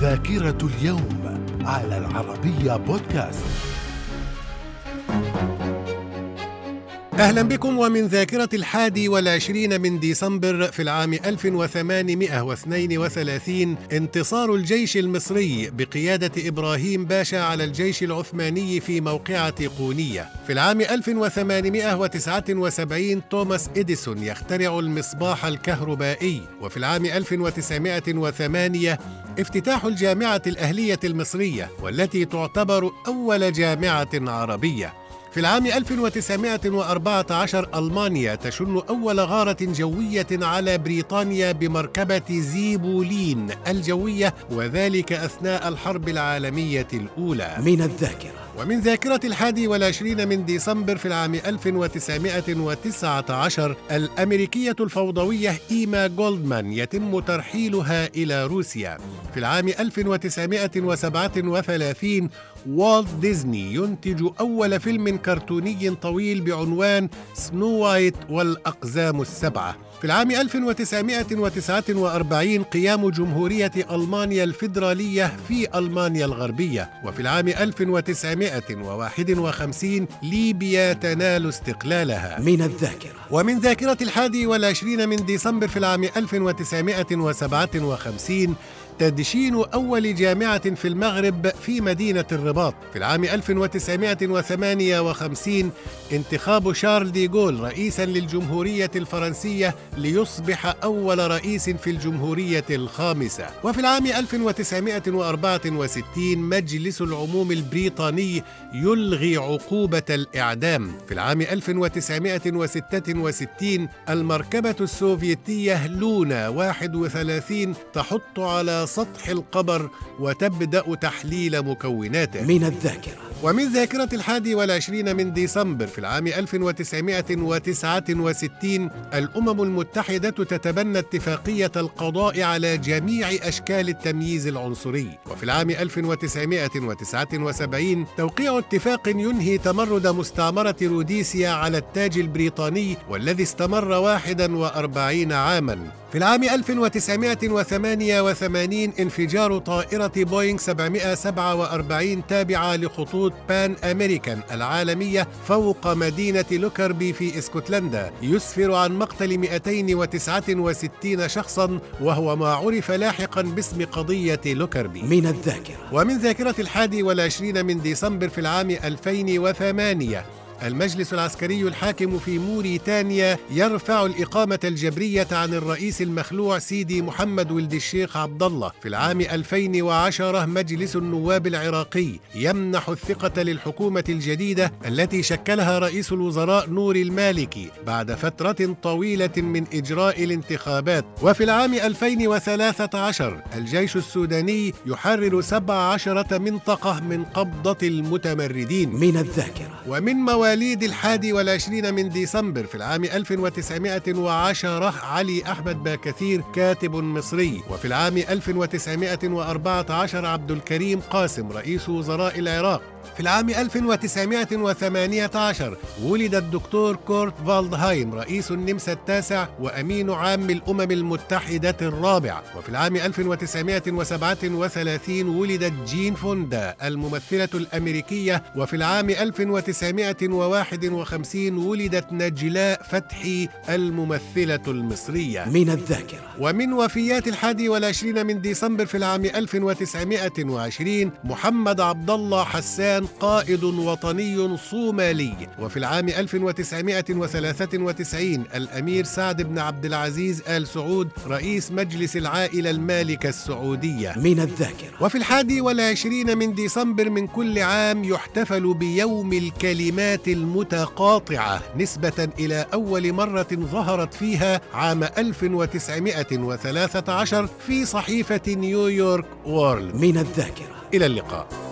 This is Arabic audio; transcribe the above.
ذاكرة اليوم على العربية بودكاست. أهلا بكم. ومن ذاكرة 21 من ديسمبر في العام 1832 انتصار الجيش المصري بقيادة إبراهيم باشا على الجيش العثماني في موقعة قونية. في العام 1879 توماس إديسون يخترع المصباح الكهربائي. وفي العام 1908 افتتاح الجامعة الأهلية المصرية، والتي تعتبر أول جامعة عربية. في العام 1914 ألمانيا تشن أول غارة جوية على بريطانيا بمركبة زيبولين الجوية، وذلك أثناء الحرب العالمية الأولى. من الذاكرة. ومن ذاكرة 21 من ديسمبر في العام 1919 الأمريكية الفوضوية إيما جولدمان يتم ترحيلها إلى روسيا. في العام 1937 والت ديزني ينتج أول فيلم كرتوني طويل بعنوان سنو وايت والأقزام السبعة. في العام 1949 قيام جمهورية ألمانيا الفيدرالية في ألمانيا الغربية. وفي العام 1951 ليبيا تنال استقلالها. من الذاكرة. ومن ذاكرة 21 من ديسمبر في العام 1957 تدشين أول جامعة في المغرب في مدينة الرباط. في العام 1958 انتخاب شارل دي جول رئيساً للجمهورية الفرنسية ليصبح أول رئيس في الجمهورية الخامسة. وفي العام 1964 مجلس العموم البريطاني يلغي عقوبة الإعدام. في العام 1966 المركبة السوفيتية لونا 31 تحط على سطح القمر وتبدأ تحليل مكوناته. من الذاكرة. ومن ذاكرة 21 من ديسمبر في العام 1969 الأمم المتحدة تتبنى اتفاقية القضاء على جميع أشكال التمييز العنصري. وفي العام 1979 توقيع اتفاق ينهي تمرد مستعمرة روديسيا على التاج البريطاني والذي استمر 41 عاماً. في العام 1988 انفجار طائرة بوينغ 747 تابعة لخطوط بان أمريكان العالمية فوق مدينة لوكربي في اسكتلندا يسفر عن مقتل 269 شخصاً، وهو ما عرف لاحقاً باسم قضية لوكربي. من الذاكرة. ومن ذاكرة 21 من ديسمبر في العام 2008 المجلس العسكري الحاكم في موريتانيا يرفع الإقامة الجبرية عن الرئيس المخلوع سيدي محمد ولد الشيخ عبد الله. في العام 2010 مجلس النواب العراقي يمنح الثقة للحكومة الجديدة التي شكلها رئيس الوزراء نور المالكي بعد فترة طويلة من إجراء الانتخابات. وفي العام 2013 الجيش السوداني يحرر 17 منطقة من قبضة المتمردين. من الذاكرة. ومن مواليد 21 من ديسمبر في العام 1910 علي أحمد باكثير كاتب مصري. وفي العام 1914 عبد الكريم قاسم رئيس وزراء العراق. في العام 1918 ولد الدكتور كورت فالدهايم رئيس النمسا التاسع وأمين عام الأمم المتحدة الرابع. وفي العام 1937 ولدت جين فوندا الممثلة الأمريكية. وفي العام 1951 ولدت نجلاء فتحي الممثلة المصرية. من الذاكرة. ومن وفيات 21 من ديسمبر في العام 1920 محمد عبد الله حسان قائد وطني صومالي. وفي العام 1993 الأمير سعد بن عبد العزيز آل سعود رئيس مجلس العائلة المالكة السعودية. من الذاكرة. وفي 21 من ديسمبر من كل عام يحتفل بيوم الكلمات المتقاطعة نسبة إلى أول مرة ظهرت فيها عام 1913 في صحيفة نيويورك وورلد. من الذاكرة. إلى اللقاء.